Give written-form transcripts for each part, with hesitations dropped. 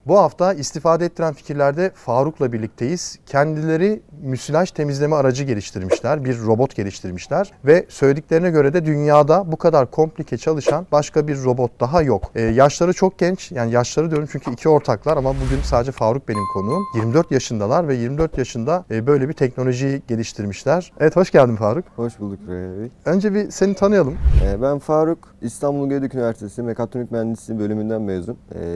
Bu hafta istifade ettiren fikirlerde Faruk'la birlikteyiz. Kendileri müsilaj temizleme aracı geliştirmişler, bir robot geliştirmişler ve söylediklerine göre de dünyada bu kadar komplike çalışan başka bir robot daha yok. Yaşları çok genç, yani yaşları diyorum çünkü iki ortaklar ama bugün sadece Faruk benim konuğum. 24 yaşındalar ve 24 yaşında böyle bir teknolojiyi geliştirmişler. Evet, hoş geldin Faruk. Hoş bulduk Rüya Bey. Önce bir seni tanıyalım. Ben Faruk, İstanbul Gedik Üniversitesi Mekatronik Mühendisliği bölümünden mezun.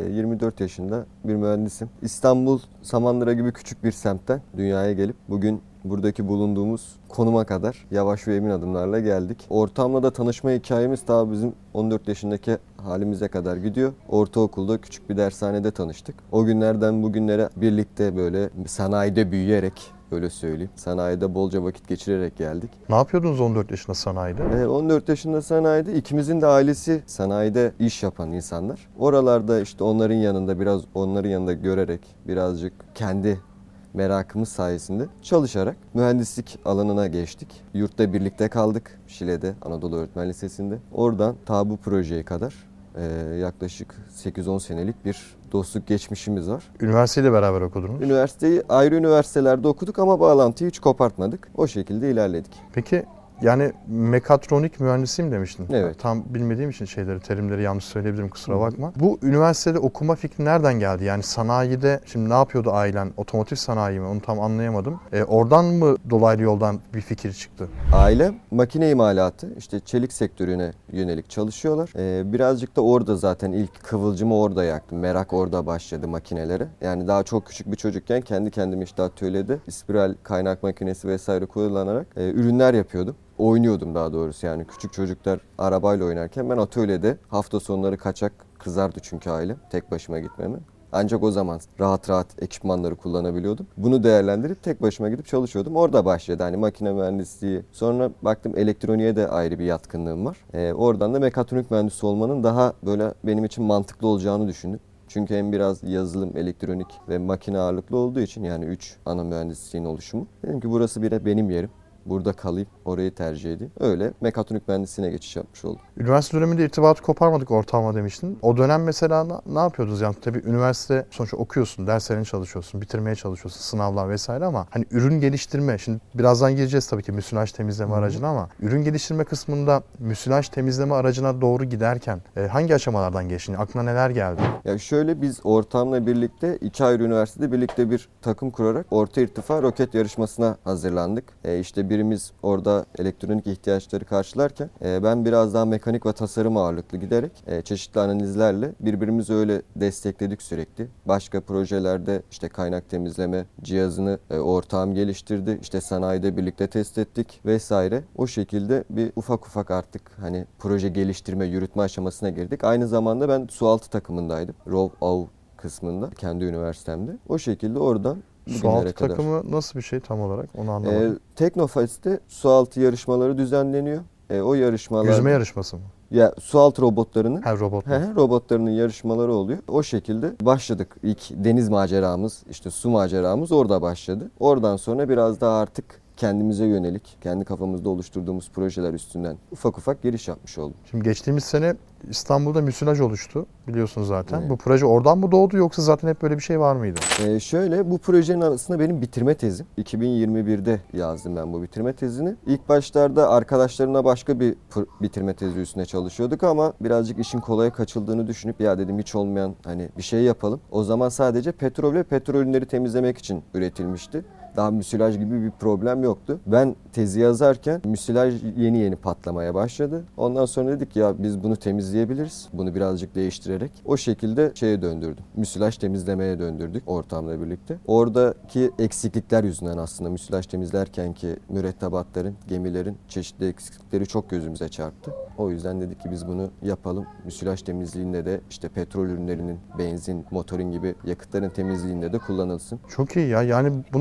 24 yaşında bir mühendisim. İstanbul, Samandıra gibi küçük bir semtten dünyaya gelip bugün buradaki bulunduğumuz konuma kadar yavaş ve emin adımlarla geldik. Ortamla da tanışma hikayemiz daha bizim 14 yaşındaki halimize kadar gidiyor. Ortaokulda küçük bir dershanede tanıştık. O günlerden bugünlere birlikte böyle sanayide büyüyerek, öyle söyleyeyim, sanayide bolca vakit geçirerek geldik. Ne yapıyordunuz 14 yaşında sanayide? 14 yaşında sanayide, ikimizin de ailesi sanayide iş yapan insanlar. Oralarda işte onların yanında, biraz onların yanında görerek, birazcık kendi merakımız sayesinde çalışarak mühendislik alanına geçtik. Yurtta birlikte kaldık Şile'de, Anadolu Öğretmen Lisesi'nde. Oradan ta bu projeye kadar yaklaşık 8-10 senelik bir dostluk geçmişimiz var. Üniversiteyle beraber okudunuz. Üniversiteyi ayrı üniversitelerde okuduk ama bağlantıyı hiç kopartmadık. O şekilde ilerledik. Peki yani mekatronik mühendisiyim demiştin. Evet. Tam bilmediğim için terimleri yanlış söyleyebilirim, kusura bakma. Bu üniversitede okuma fikri nereden geldi? Yani sanayide şimdi ne yapıyordu ailen? Otomotiv sanayi mi? Onu tam anlayamadım. Oradan mı dolaylı yoldan bir fikir çıktı? Aile makine imalatı, işte çelik sektörüne yönelik çalışıyorlar. Birazcık da orada zaten ilk kıvılcımı orada yaktım. Merak orada başladı makinelere. Yani daha çok küçük bir çocukken kendi kendime işte atölyede spiral kaynak makinesi vesaire kullanarak ürünler yapıyordum. Oynuyordum daha doğrusu, yani küçük çocuklar arabayla oynarken ben atölyede hafta sonları kaçak, kızardı çünkü ailem tek başıma gitmemi. Ancak o zaman rahat rahat ekipmanları kullanabiliyordum. Bunu değerlendirip tek başıma gidip çalışıyordum. Orada başladı hani makine mühendisliği. Sonra baktım elektroniğe de ayrı bir yatkınlığım var. Oradan da mekatronik mühendisi olmanın daha böyle benim için mantıklı olacağını düşündüm. Çünkü hem biraz yazılım, elektronik ve makine ağırlıklı olduğu için, yani 3 ana mühendisliğin oluşumu. Dedim ki burası bir benim yerim. Burada kalayım, orayı tercih edeyim. Öyle mekatronik mühendisliğine geçiş yapmış oldum. Üniversite döneminde irtibatı koparmadık ortağıma demiştin. O dönem mesela ne yapıyordunuz? Yani tabii üniversite sonuçta okuyorsun, derslerini çalışıyorsun, bitirmeye çalışıyorsun, sınavlar vesaire ama hani ürün geliştirme, şimdi birazdan gireceğiz tabii ki müsilaj temizleme aracına ama ürün geliştirme kısmında müsilaj temizleme aracına doğru giderken hangi aşamalardan geçtin? Aklına neler geldi? Ya şöyle, biz ortamla birlikte 2 ayrı üniversitede birlikte bir takım kurarak orta irtifa roket yarışmasına hazırlandık. İşte birimiz orada elektronik ihtiyaçları karşılarken ben biraz daha mekanik ve tasarım ağırlıklı giderek çeşitli analizlerle birbirimizi öyle destekledik sürekli. Başka projelerde işte kaynak temizleme cihazını ortağım geliştirdi. İşte sanayide birlikte test ettik vesaire. O şekilde bir ufak ufak artık hani proje geliştirme, yürütme aşamasına girdik. Aynı zamanda ben sualtı takımındaydım. ROV kısmında kendi üniversitemde. O şekilde oradan Sualtı takımı nasıl bir şey tam olarak, onu anlamadım. Teknofest'te sualtı yarışmaları düzenleniyor. O yarışmalar... Yüzme yarışması mı? Ya sualtı robotlarının, robotlarının yarışmaları oluyor. O şekilde başladık. İlk deniz maceramız, işte su maceramız orada başladı. Oradan sonra biraz daha artık kendimize yönelik, kendi kafamızda oluşturduğumuz projeler üstünden ufak ufak giriş yapmış oldum. Şimdi geçtiğimiz sene İstanbul'da müsilaj oluştu, biliyorsunuz zaten. Evet. Bu proje oradan mı doğdu yoksa zaten hep böyle bir şey var mıydı? Şöyle, bu projenin aslında benim bitirme tezim. 2021'de yazdım ben bu bitirme tezini. İlk başlarda arkadaşlarımla başka bir bitirme tezi üstüne çalışıyorduk ama birazcık işin kolaya kaçıldığını düşünüp ya dedim hiç olmayan hani bir şey yapalım. O zaman sadece petrol ve petrol ürünleri temizlemek için üretilmişti. Daha müsilaj gibi bir problem yoktu. Ben tezi yazarken müsilaj yeni yeni patlamaya başladı. Ondan sonra dedik ya biz bunu temizleyebiliriz. Bunu birazcık değiştirerek o şekilde şeye döndürdüm. Müsilaj temizlemeye döndürdük ortamla birlikte. Oradaki eksiklikler yüzünden aslında müsilaj temizlerken ki mürettebatların, gemilerin çeşitli eksiklikleri çok gözümüze çarptı. O yüzden dedik ki biz bunu yapalım. Müsilaj temizliğinde de işte petrol ürünlerinin, benzin, motorin gibi yakıtların temizliğinde de kullanılsın. Çok iyi ya. Yani buna ben de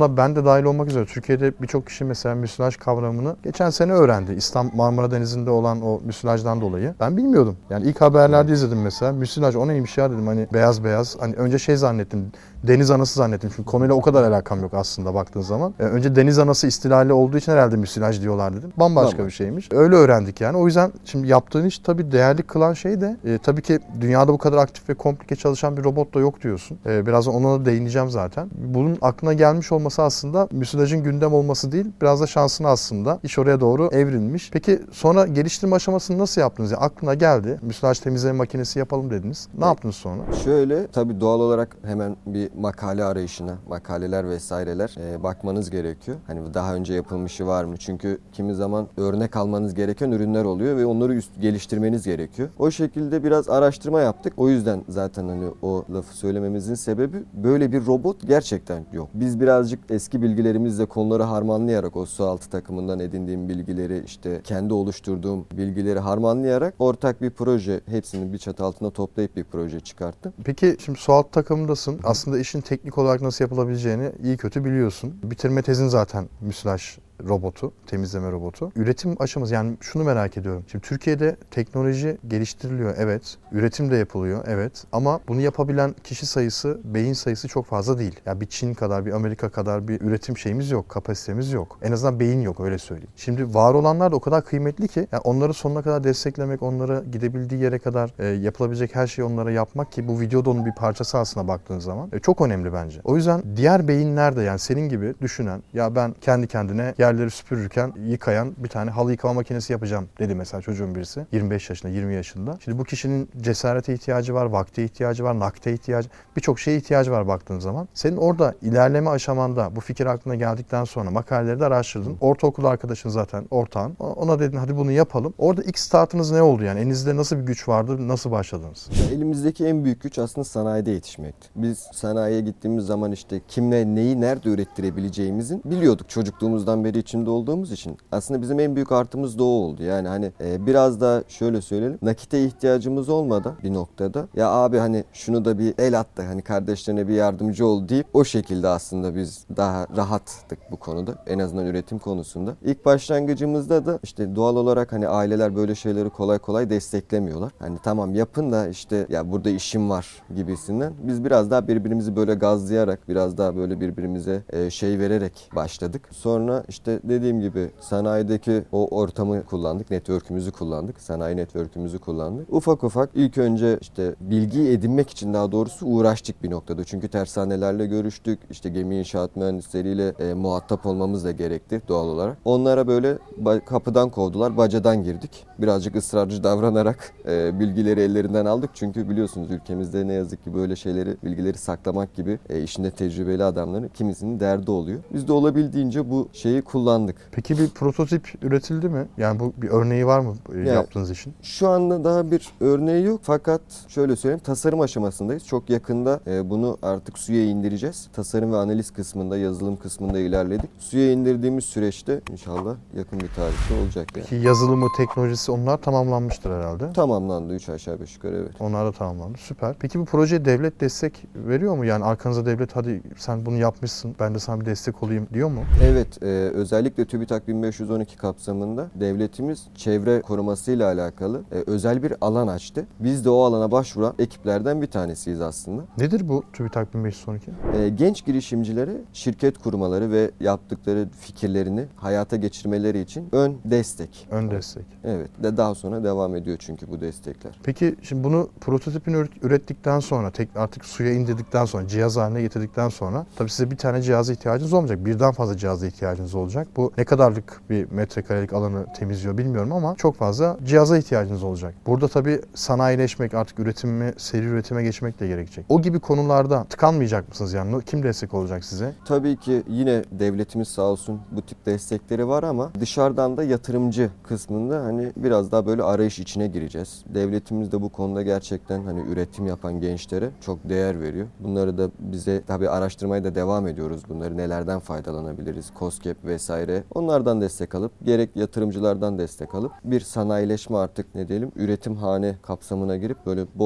de dahil olmak üzere Türkiye'de birçok kişi mesela müsilaj kavramını geçen sene öğrendi. Marmara Denizi'nde olan o müsilajdan dolayı. Ben bilmiyordum. Yani ilk haberlerde izledim mesela. Müsilaj o neymiş ya dedim, hani beyaz beyaz. Hani önce şey zannettim. Deniz anası zannettim. Çünkü konuyla o kadar alakam yok aslında baktığın zaman. Önce deniz anası istilali olduğu için herhalde müsilaj diyorlar dedim. Bambaşka bir şeymiş. Öyle öğrendik yani. O yüzden şimdi yaptığın iş tabii değerli kılan şey de tabii ki dünyada bu kadar aktif ve komplike çalışan bir robot da yok diyorsun. Birazdan ona da değineceğim zaten. Bunun aklına gelmiş olması aslında müsilajın gündem olması değil, biraz da şansına aslında. İş oraya doğru evrilmiş. Peki sonra geliştirme aşamasını nasıl yaptınız? Yani aklına geldi. Müsilaj temizleme makinesi yapalım dediniz. Ne yaptınız sonra? Şöyle, tabii doğal olarak hemen bir makale arayışına, makaleler vesaireler bakmanız gerekiyor. Hani daha önce yapılmışı var mı? Çünkü kimi zaman örnek almanız gereken ürünler oluyor ve onları geliştirmeniz gerekiyor. O şekilde biraz araştırma yaptık. O yüzden zaten hani o lafı söylememizin sebebi, böyle bir robot gerçekten yok. Biz birazcık eski bilgilerimizle konuları harmanlayarak, o sualtı takımından edindiğim bilgileri, işte kendi oluşturduğum bilgileri harmanlayarak ortak bir proje, hepsini bir çatı altında toplayıp bir proje çıkarttım. Peki şimdi sualtı takımındasın. Aslında işin teknik olarak nasıl yapılabileceğini iyi kötü biliyorsun. Bitirme tezin zaten müsilaj robotu, temizleme robotu. Üretim aşaması, yani şunu merak ediyorum. Şimdi Türkiye'de teknoloji geliştiriliyor, evet. Üretim de yapılıyor, evet. Ama bunu yapabilen kişi sayısı, beyin sayısı çok fazla değil. Yani bir Çin kadar, bir Amerika kadar bir üretim şeyimiz yok, kapasitemiz yok. En azından beyin yok, öyle söyleyeyim. Şimdi var olanlar da o kadar kıymetli ki, yani onları sonuna kadar desteklemek, onlara gidebildiği yere kadar yapılabilecek her şeyi onlara yapmak, ki bu videoda onun bir parçası aslına baktığın zaman çok önemli bence. O yüzden diğer beyinler de, yani senin gibi düşünen, ya ben kendi kendine yerleri süpürürken yıkayan bir tane halı yıkama makinesi yapacağım dedi mesela çocuğun birisi. 25 yaşında, 20 yaşında. Şimdi bu kişinin cesarete ihtiyacı var, vakte ihtiyacı var, nakde ihtiyacı, birçok şeye ihtiyacı var baktığın zaman. Senin orada ilerleme aşamanda bu fikir aklına geldikten sonra makaleleri de araştırdın. Ortaokul arkadaşın zaten ortağın. Ona dedin hadi bunu yapalım. Orada ilk startınız ne oldu yani? Elinizde nasıl bir güç vardı? Nasıl başladınız? Elimizdeki en büyük güç aslında sanayide yetişmekti. Biz sanayiye gittiğimiz zaman işte kimle neyi nerede ürettirebileceğimizin biliyorduk çocukluğumuzdan beri içinde olduğumuz için. Aslında bizim en büyük artımız da o oldu. Yani hani biraz da şöyle söyleyelim. Nakite ihtiyacımız olmadan bir noktada, ya abi hani şunu da bir el at da hani kardeşlerine bir yardımcı ol deyip o şekilde aslında biz daha rahattık bu konuda. En azından üretim konusunda. İlk başlangıcımızda da işte doğal olarak hani aileler böyle şeyleri kolay kolay desteklemiyorlar. Hani tamam yapın da işte ya burada işim var gibisinden. Biz biraz daha birbirimizi böyle gazlayarak, biraz daha böyle birbirimize şey vererek başladık. Sonra işte dediğim gibi sanayideki o ortamı kullandık, network'ümüzü kullandık, sanayi network'ümüzü kullandık. Ufak ufak ilk önce işte bilgi edinmek için daha doğrusu uğraştık bir noktada. Çünkü tersanelerle görüştük, işte gemi inşaat mühendisleriyle muhatap olmamız da gerekti doğal olarak. Onlara böyle kapıdan kovdular, bacadan girdik. Birazcık ısrarcı davranarak bilgileri ellerinden aldık. Çünkü biliyorsunuz ülkemizde ne yazık ki böyle şeyleri, bilgileri saklamak gibi işinde tecrübeli adamların kimisinin derdi oluyor. Biz de olabildiğince bu şeyi kullandık. Peki bir prototip üretildi mi? Yani bu bir örneği var mı yaptığınız işin? Şu anda daha bir örneği yok, fakat şöyle söyleyeyim, tasarım aşamasındayız. Çok yakında bunu artık suya indireceğiz. Tasarım ve analiz kısmında, yazılım kısmında ilerledik. Suya indirdiğimiz süreçte inşallah yakın bir tarihte olacak. Yani. Ki yazılımı, teknolojisi onlar tamamlanmıştır herhalde. Tamamlandı 3 aşağı 5 yukarı, evet. Onlar da tamamlandı. Süper. Peki bu projeye devlet destek veriyor mu? Yani arkanıza devlet hadi sen bunu yapmışsın, ben de sana bir destek olayım diyor mu? Evet, özellikle TÜBİTAK 1512 kapsamında devletimiz çevre korumasıyla alakalı özel bir alan açtı. Biz de o alana başvuran ekiplerden bir tanesiyiz aslında. Nedir bu TÜBİTAK 1512? Genç girişimcilere şirket kurmaları ve yaptıkları fikirlerini hayata geçirmeleri için ön destek. Ön destek. Evet, daha sonra devam ediyor çünkü bu destekler. Peki şimdi bunu prototipini ürettikten sonra, artık suya indirdikten sonra, cihaz haline getirdikten sonra tabii size bir tane cihaza ihtiyacınız olmayacak. Birden fazla cihaza ihtiyacınız olacak. Bu ne kadarlık bir metrekarelik alanı temizliyor bilmiyorum ama çok fazla cihaza ihtiyacınız olacak. Burada tabii sanayileşmek, artık seri üretime geçmek de gerekecek. O gibi konularda tıkanmayacak mısınız yani? Kim destek olacak size? Tabii ki yine devletimiz sağ olsun bu tip destekleri var ama dışarıdan da yatırımcı kısmında hani biraz daha böyle arayış içine gireceğiz. Devletimiz de bu konuda gerçekten hani üretim yapan gençlere çok değer veriyor. Bunları da bize tabii araştırmaya da devam ediyoruz. Bunları nelerden faydalanabiliriz? KOSGEB vesaire. Onlardan destek alıp gerek yatırımcılardan destek alıp bir sanayileşme, artık ne diyelim, üretim hane kapsamına girip böyle bol bol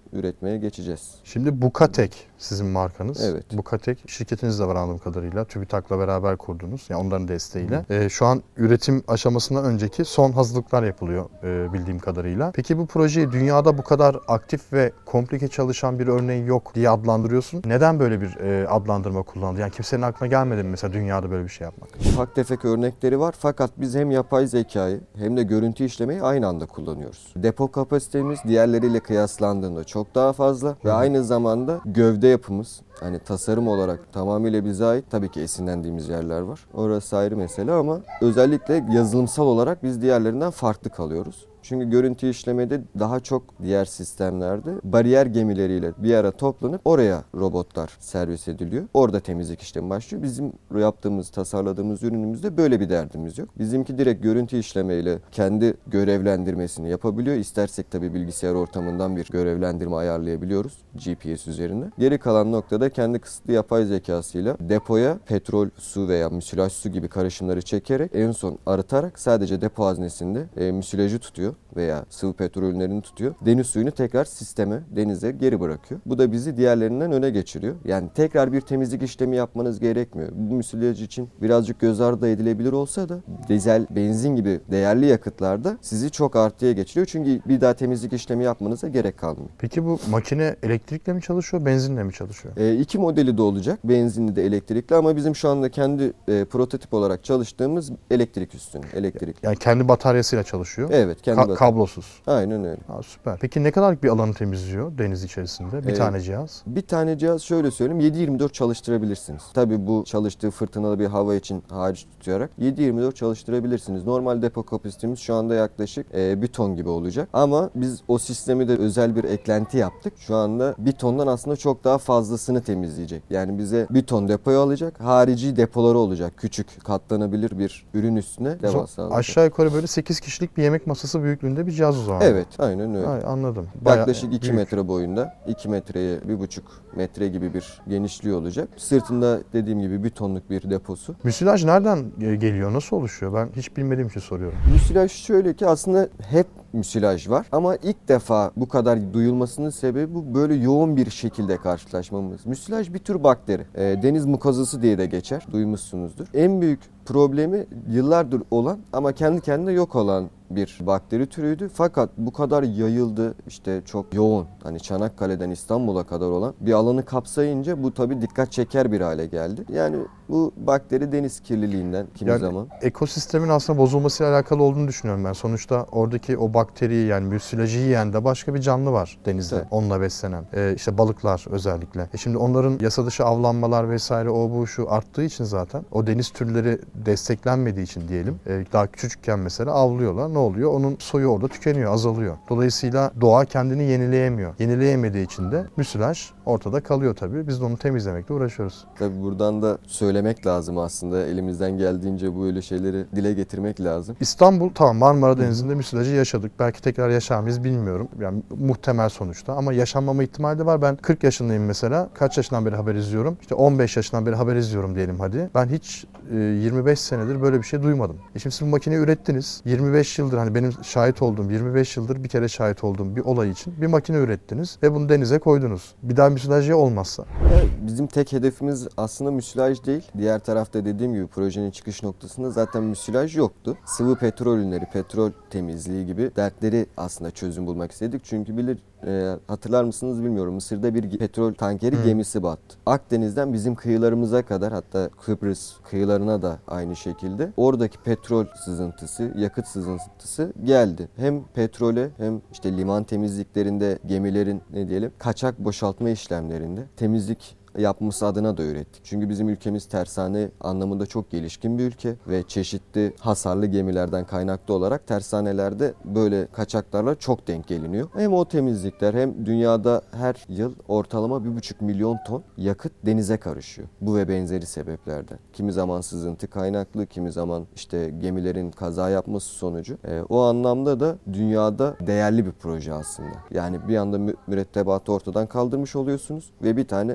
üretmeye geçeceğiz. Şimdi Bukatek sizin markanız. Evet. Bukatek şirketiniz de var anladığım kadarıyla. TÜBİTAK'la beraber kurdunuz. Yani onların desteğiyle. Şu an üretim aşamasından önceki son hazırlıklar yapılıyor bildiğim kadarıyla. Peki bu projeyi dünyada bu kadar aktif ve komplike çalışan bir örneği yok diye adlandırıyorsun. Neden böyle bir adlandırma kullandı? Yani kimsenin aklına gelmedi mi mesela dünyada böyle bir şey yapmak? Ufak tefek örnekleri var fakat biz hem yapay zekayı hem de görüntü işlemeyi aynı anda kullanıyoruz. Depo kapasitemiz diğerleriyle kıyaslandığında çok daha fazla ve aynı zamanda gövde yapımız, hani tasarım olarak tamamıyla bize ait. Tabii ki esinlendiğimiz yerler var. Orası ayrı mesele ama özellikle yazılımsal olarak biz diğerlerinden farklı kalıyoruz. Çünkü görüntü işlemede daha çok diğer sistemlerde bariyer gemileriyle bir ara toplanıp oraya robotlar servis ediliyor. Orada temizlik işlemi başlıyor. Bizim yaptığımız, tasarladığımız ürünümüzde böyle bir derdimiz yok. Bizimki direkt görüntü işlemeyle kendi görevlendirmesini yapabiliyor. İstersek tabii bilgisayar ortamından bir görevlendirme ayarlayabiliyoruz GPS üzerinde. Geri kalan noktada kendi kısıtlı yapay zekasıyla depoya petrol, su veya müsilaj su gibi karışımları çekerek en son arıtarak sadece depo haznesinde müsilajı tutuyor veya sıvı petrol ürünlerini tutuyor. Deniz suyunu tekrar sisteme, denize geri bırakıyor. Bu da bizi diğerlerinden öne geçiriyor. Yani tekrar bir temizlik işlemi yapmanız gerekmiyor. Bu müsilaj için birazcık göz ardı edilebilir olsa da dizel, benzin gibi değerli yakıtlarda sizi çok artıya geçiriyor. Çünkü bir daha temizlik işlemi yapmanıza gerek kalmıyor. Peki bu makine elektrikle mi çalışıyor, benzinle mi çalışıyor? İki modeli de olacak. Benzinli de elektrikli ama bizim şu anda kendi prototip olarak çalıştığımız elektrik üstünü. Elektrikli. Yani kendi bataryasıyla çalışıyor. Evet. Kendi kablosuz. Aynen öyle. Ha, süper. Peki ne kadarlık bir alanı temizliyor deniz içerisinde? Bir tane cihaz. Bir tane cihaz şöyle söyleyeyim 7/24 çalıştırabilirsiniz. Tabii bu çalıştığı fırtınalı bir hava için hariç tutarak 7/24 çalıştırabilirsiniz. Normal depo kapasitemiz şu anda yaklaşık 1 ton gibi olacak. Ama biz o sistemi de özel bir eklenti yaptık. Şu anda 1 tondan aslında çok daha fazlasını temizleyecek. Yani bize 1 ton depoyu alacak. Harici depoları olacak. Küçük katlanabilir bir ürün üstüne devasa alacak. Aşağı yukarı böyle 8 kişilik bir yemek masası büyüklüğünde bir cihaz o zaman. Evet, aynen öyle. Ay, anladım. Yaklaşık 2 metre boyunda, 2 metreye 1,5 metre gibi bir genişliği olacak. Sırtında dediğim gibi 1 tonluk bir deposu. Müsilaj nereden geliyor? Nasıl oluşuyor? Ben hiç bilmediğim için soruyorum. Müsilaj şöyle ki aslında hep müsilaj var ama ilk defa bu kadar duyulmasının sebebi bu böyle yoğun bir şekilde karşılaşmamız. Müsilaj bir tür bakteri. Deniz mukozası diye de geçer. Duymuşsunuzdur. En büyük problemi yıllardır olan ama kendi kendine yok olan bir bakteri türüydü. Fakat bu kadar yayıldı, işte çok yoğun, hani Çanakkale'den İstanbul'a kadar olan bir alanı kapsayınca bu tabii dikkat çeker bir hale geldi. Yani bu bakteri deniz kirliliğinden kimi zaman. Ekosistemin aslında bozulmasıyla alakalı olduğunu düşünüyorum ben. Sonuçta oradaki o bakteriyi yani müsilajı yiyen de başka bir canlı var denizde. Evet. Onunla beslenen. İşte balıklar özellikle. Şimdi onların yasa dışı avlanmalar vesaire o bu şu arttığı için zaten o deniz türleri desteklenmediği için diyelim. Daha küçükken mesela avlıyorlar. Ne oluyor? Onun soyu orada tükeniyor, azalıyor. Dolayısıyla doğa kendini yenileyemiyor. Yenileyemediği için de müsilaj ortada kalıyor tabii. Biz de onu temizlemekle uğraşıyoruz. Tabii buradan da söylemek lazım aslında. Elimizden geldiğince böyle şeyleri dile getirmek lazım. İstanbul tamam Marmara Denizi'nde müsilajı yaşadık. Belki tekrar yaşar mıyız bilmiyorum. Yani muhtemel sonuçta ama yaşanmama ihtimali de var. Ben 40 yaşındayım mesela. Kaç yaşından beri haber izliyorum? İşte 15 yaşından beri haber izliyorum diyelim hadi. Ben hiç 25 senedir böyle bir şey duymadım. Şimdi siz bu makineyi ürettiniz. 25 yıldır hani benim şahit olduğum 25 yıldır bir kere şahit olduğum bir olay için bir makine ürettiniz ve bunu denize koydunuz. Bir daha müsilaj olmazsa. Evet, bizim tek hedefimiz aslında müsilaj değil. Diğer tarafta dediğim gibi projenin çıkış noktasında zaten müsilaj yoktu. Sıvı petrol ürünleri, petrol temizliği gibi dertleri aslında çözüm bulmak istedik. Çünkü hatırlar mısınız bilmiyorum. Mısır'da bir petrol tankeri gemisi battı. Akdeniz'den bizim kıyılarımıza kadar hatta Kıbrıs kıyılarına da aynı şekilde oradaki petrol sızıntısı, yakıt sızıntısı geldi. Hem petrole hem işte liman temizliklerinde gemilerin kaçak boşaltma işlemlerinde temizlik yapması adına da ürettik. Çünkü bizim ülkemiz tersane anlamında çok gelişkin bir ülke ve çeşitli hasarlı gemilerden kaynaklı olarak tersanelerde böyle kaçaklarla çok denk geliniyor. Hem o temizlikler hem dünyada her yıl ortalama 1,5 milyon ton yakıt denize karışıyor. Bu ve benzeri sebeplerden. Kimi zaman sızıntı kaynaklı, kimi zaman işte gemilerin kaza yapması sonucu. O anlamda da dünyada değerli bir proje aslında. Yani bir anda mürettebatı ortadan kaldırmış oluyorsunuz ve bir tane hani bir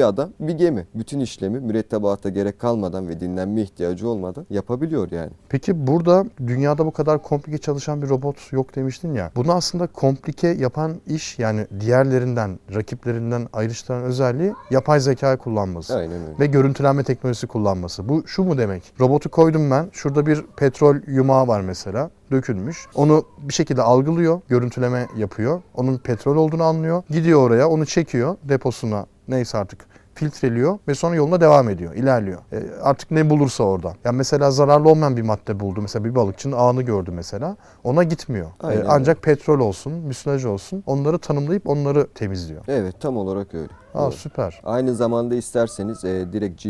adam bir gemi. Bütün işlemi mürettebata gerek kalmadan ve dinlenme ihtiyacı olmadan yapabiliyor yani. Peki burada dünyada bu kadar komplike çalışan bir robot yok demiştin ya. Bunu aslında komplike yapan iş, yani diğerlerinden, rakiplerinden ayrıştıran özelliği yapay zeka kullanması. Aynen öyle. Ve görüntülenme teknolojisi kullanması. Bu şu mu demek? Robotu koydum ben. Şurada bir petrol yumağı var mesela. Dökülmüş. Onu bir şekilde algılıyor. Görüntüleme yapıyor. Onun petrol olduğunu anlıyor. Gidiyor oraya. Onu çekiyor deposuna. Neyse artık filtreliyor ve sonra yoluna devam ediyor, ilerliyor. Artık ne bulursa orada. Yani mesela zararlı olmayan bir madde buldu. Mesela bir balıkçının ağını gördü mesela. Ona gitmiyor. Ancak petrol olsun, müsilaj olsun. Onları tanımlayıp onları temizliyor. Evet, tam olarak öyle. Aa, süper. Aynı zamanda isterseniz direkt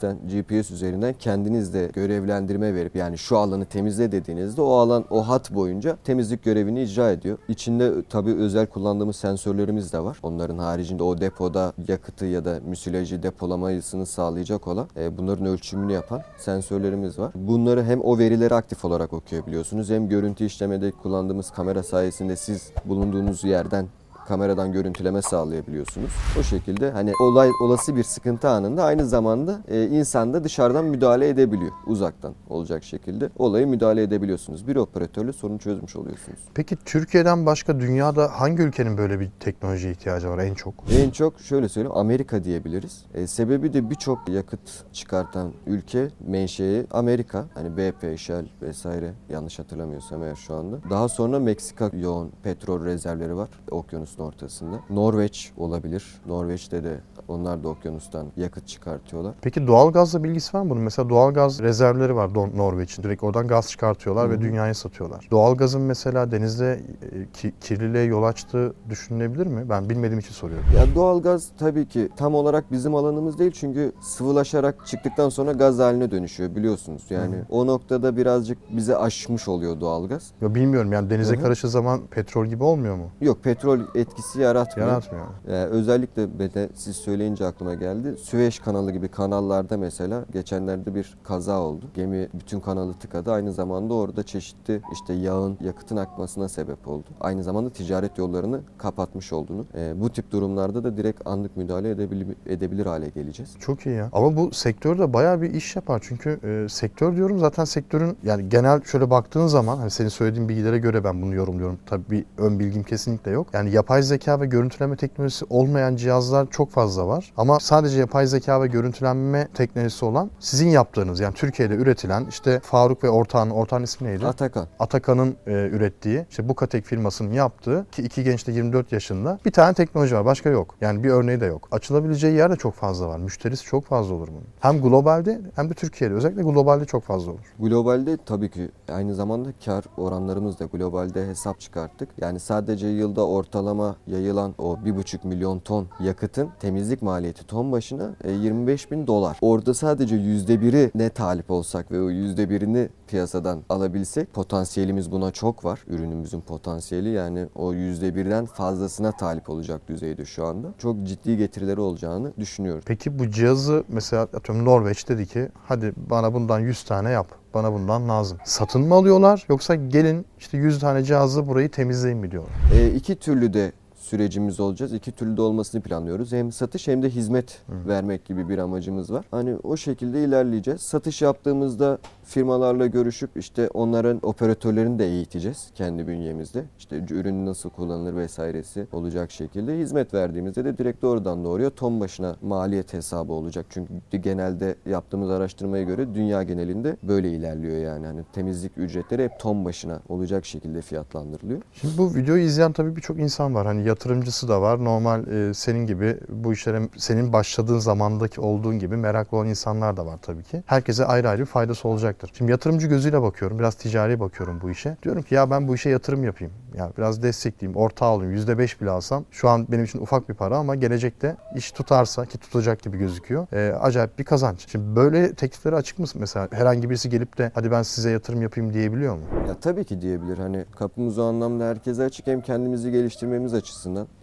GPS üzerinden kendiniz de görevlendirme verip, yani şu alanı temizle dediğinizde o alan o hat boyunca temizlik görevini icra ediyor. İçinde tabii özel kullandığımız sensörlerimiz de var. Onların haricinde o depoda yakıtı ya da müsilajı depolamasını sağlayacak olan bunların ölçümünü yapan sensörlerimiz var. Bunları hem o verileri aktif olarak okuyabiliyorsunuz, hem görüntü işlemede kullandığımız kamera sayesinde siz bulunduğunuz yerden kameradan görüntüleme sağlayabiliyorsunuz. O şekilde hani olası bir sıkıntı anında aynı zamanda insan da dışarıdan müdahale edebiliyor. Uzaktan olacak şekilde olaya müdahale edebiliyorsunuz. Bir operatörle sorunu çözmüş oluyorsunuz. Peki Türkiye'den başka dünyada hangi ülkenin böyle bir teknolojiye ihtiyacı var en çok? En çok şöyle söyleyeyim, Amerika diyebiliriz. Sebebi de birçok yakıt çıkartan ülke menşei Amerika. Hani BP, Shell vesaire, yanlış hatırlamıyorsam eğer şu anda. Daha sonra Meksika yoğun petrol rezervleri var okyanusun ortasında. Norveç olabilir. Norveç'te de onlar da okyanustan yakıt çıkartıyorlar. Peki doğalgazla bilgisi var mı bunun? Mesela doğalgaz rezervleri var Norveç'in. Direkt oradan gaz çıkartıyorlar ve dünyaya satıyorlar. Doğalgazın mesela denizde kirliliğe yol açtığı düşünülebilir mi? Ben bilmediğim için soruyorum. Ya doğalgaz tabii ki tam olarak bizim alanımız değil, çünkü sıvılaşarak çıktıktan sonra gaz haline dönüşüyor biliyorsunuz. Yani o noktada birazcık bize aşmış oluyor doğalgaz. Ya bilmiyorum, yani denize karıştığı zaman petrol gibi olmuyor mu? Yok, petrol etkisi yaratmıyor. Yaratmıyor. Özellikle siz söyleyince aklıma geldi. Süveyş kanalı gibi kanallarda mesela geçenlerde bir kaza oldu. Gemi bütün kanalı tıkadı. Aynı zamanda orada çeşitli işte yağın, yakıtın akmasına sebep oldu. Aynı zamanda ticaret yollarını kapatmış olduğunu. Bu tip durumlarda da direkt anlık müdahale edebilir hale geleceğiz. Çok iyi ya. Ama bu sektörde bayağı bir iş yapar. Çünkü sektör diyorum, zaten sektörün yani genel şöyle baktığın zaman, hani senin söylediğin bilgilere göre ben bunu yorumluyorum. Tabii bir ön bilgim kesinlikle yok. Yani yapay zeka ve görüntüleme teknolojisi olmayan cihazlar çok fazla var. Ama sadece yapay zeka ve görüntülenme teknolojisi olan sizin yaptığınız, yani Türkiye'de üretilen, işte Faruk ve ortağın ismi neydi? Atakan. Atakan'ın ürettiği, işte Bukatek firmasının yaptığı, ki iki genç de 24 yaşında, bir tane teknoloji var. Başka yok. Yani bir örneği de yok. Açılabileceği yer de çok fazla var. Müşterisi çok fazla olur bunun. Hem globalde hem de Türkiye'de. Özellikle globalde çok fazla olur. Globalde tabii ki aynı zamanda kar oranlarımız da globalde hesap çıkarttık. Yani sadece yılda ortalama yayılan o 1,5 milyon ton yakıtın temizlik maliyeti ton başına $25.000. Orada sadece %1'i ne talip olsak ve o %1'ini piyasadan alabilsek, potansiyelimiz buna çok var. Ürünümüzün potansiyeli, yani o %1'den fazlasına talip olacak düzeyde şu anda. Çok ciddi getirileri olacağını düşünüyorum. Peki bu cihazı mesela atıyorum Norveç dedi ki hadi bana bundan 100 tane yap. Bana bundan lazım. Satın mı alıyorlar, yoksa gelin işte 100 tane cihazı burayı temizleyin mi diyorlar? İki türlü de sürecimiz olacağız. İki türlü de olmasını planlıyoruz. Hem satış hem de hizmet vermek gibi bir amacımız var. Hani o şekilde ilerleyeceğiz. Satış yaptığımızda firmalarla görüşüp işte onların operatörlerini de eğiteceğiz kendi bünyemizde. İşte ürün nasıl kullanılır vesairesi olacak şekilde. Hizmet verdiğimizde de direkt doğrudan doğruya ton başına maliyet hesabı olacak. Çünkü genelde yaptığımız araştırmaya göre dünya genelinde böyle ilerliyor yani. Hani temizlik ücretleri hep ton başına olacak şekilde fiyatlandırılıyor. Şimdi bu videoyu izleyen tabii birçok insan var. Hani yatırımcısı da var. Normal senin gibi bu işlere senin başladığın zamandaki olduğun gibi meraklı olan insanlar da var tabii ki. Herkese ayrı ayrı bir faydası olacaktır. Şimdi yatırımcı gözüyle bakıyorum. Biraz ticari bakıyorum bu işe. Diyorum ki ya ben bu işe yatırım yapayım. Ya biraz destekleyeyim, ortağı olayım. %5 bile alsam şu an benim için ufak bir para ama gelecekte iş tutarsa, ki tutacak gibi gözüküyor, acayip bir kazanç. Şimdi böyle tekliflere açık mısın mesela? Herhangi birisi gelip de hadi ben size yatırım yapayım diyebiliyor mu? Ya tabii ki diyebilir. Hani kapımız o anlamda herkese açık, hem kendimizi geliştirmemiz açısından hem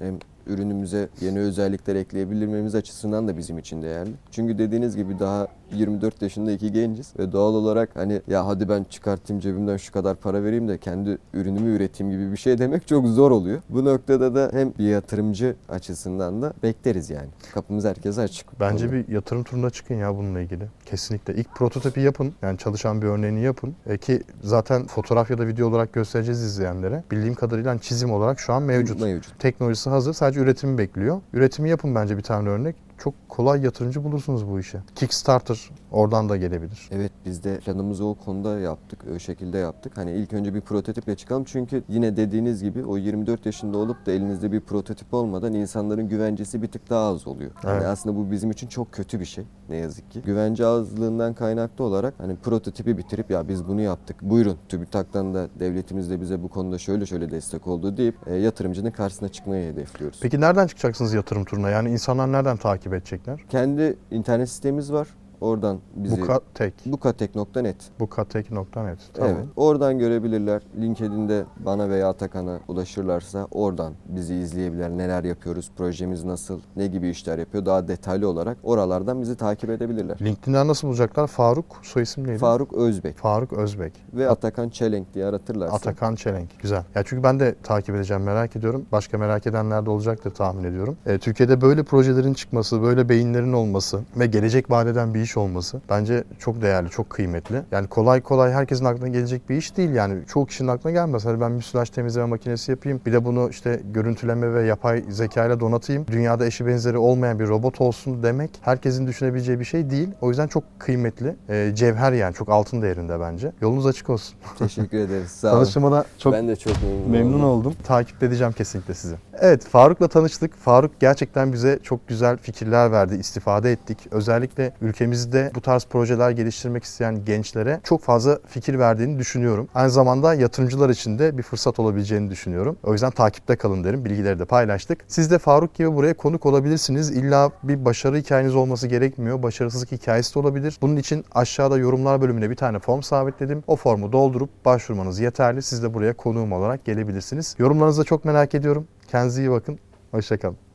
ürünümüze yeni özellikler ekleyebilmemiz açısından da bizim için değerli. Çünkü dediğiniz gibi daha 24 yaşında iki genciz ve doğal olarak hani ya hadi ben çıkartayım cebimden şu kadar para vereyim de kendi ürünümü üreteyim gibi bir şey demek çok zor oluyor. Bu noktada da hem bir yatırımcı açısından da bekleriz yani. Kapımız herkese açık. Bence bir yatırım turuna çıkın ya bununla ilgili. Kesinlikle. İlk prototipi yapın. Yani çalışan bir örneğini yapın. Ki zaten fotoğraf ya da video olarak göstereceğiz izleyenlere. Bildiğim kadarıyla hani çizim olarak şu an mevcut. Teknolojisi hazır. Sadece üretimi bekliyor. Üretimi yapın bence bir tane örnek. Çok kolay yatırımcı bulursunuz bu işe. Kickstarter oradan da gelebilir. Evet, biz de planımızı o konuda yaptık. O şekilde yaptık. Hani ilk önce bir prototiple çıkalım. Çünkü yine dediğiniz gibi o 24 yaşında olup da elinizde bir prototip olmadan insanların güvencesi bir tık daha az oluyor. Evet. Yani aslında bu bizim için çok kötü bir şey. Ne yazık ki. Güvence azlığından kaynaklı olarak hani prototipi bitirip ya biz bunu yaptık. Buyurun TÜBİTAK'tan da devletimiz de bize bu konuda şöyle destek oldu deyip yatırımcının karşısına çıkmayı hedefliyoruz. Peki nereden çıkacaksınız yatırım turuna? Yani insanlar nereden takip edecekler? Kendi internet sitemiz var. Oradan bizi... Bukatek. Bukatek.net. Bukatek.net. Tamam. Evet. Oradan görebilirler. LinkedIn'de bana veya Atakan'a ulaşırlarsa oradan bizi izleyebilirler. Neler yapıyoruz, projemiz nasıl, ne gibi işler yapıyor daha detaylı olarak oralardan bizi takip edebilirler. LinkedIn'den nasıl bulacaklar? Faruk, soy isim neydi? Faruk Özbek Faruk Özbek. ve Atakan Çelenk diye aratırlarsa. Atakan Çelenk. Güzel. Ya çünkü ben de takip edeceğim, merak ediyorum. Başka merak edenler de olacaktır tahmin ediyorum. Türkiye'de böyle projelerin çıkması, böyle beyinlerin olması ve gelecek vaat eden bir iş olması bence çok değerli, çok kıymetli. Yani kolay kolay herkesin aklına gelecek bir iş değil yani. Çoğu kişinin aklına gelmez. Hadi ben müsilaj temizleme makinesi yapayım. Bir de bunu işte görüntüleme ve yapay zeka ile donatayım. Dünyada eşi benzeri olmayan bir robot olsun demek herkesin düşünebileceği bir şey değil. O yüzden çok kıymetli. Cevher yani. Çok altın değerinde bence. Yolunuz açık olsun. Teşekkür ederiz. Sağ olun. Tanıştığıma çok Ben de çok memnun oldum. Takip edeceğim kesinlikle sizi. Evet, Faruk'la tanıştık. Faruk gerçekten bize çok güzel fikirler verdi, istifade ettik. Özellikle ülkemizde bu tarz projeler geliştirmek isteyen gençlere çok fazla fikir verdiğini düşünüyorum. Aynı zamanda yatırımcılar için de bir fırsat olabileceğini düşünüyorum. O yüzden takipte kalın derim. Bilgileri de paylaştık. Siz de Faruk gibi buraya konuk olabilirsiniz. İlla bir başarı hikayeniz olması gerekmiyor. Başarısızlık hikayesi de olabilir. Bunun için aşağıda yorumlar bölümüne bir tane form sabitledim. O formu doldurup başvurmanız yeterli. Siz de buraya konuğum olarak gelebilirsiniz. Yorumlarınızı da çok merak ediyorum. Kendinize iyi bakın. Hoşça kalın.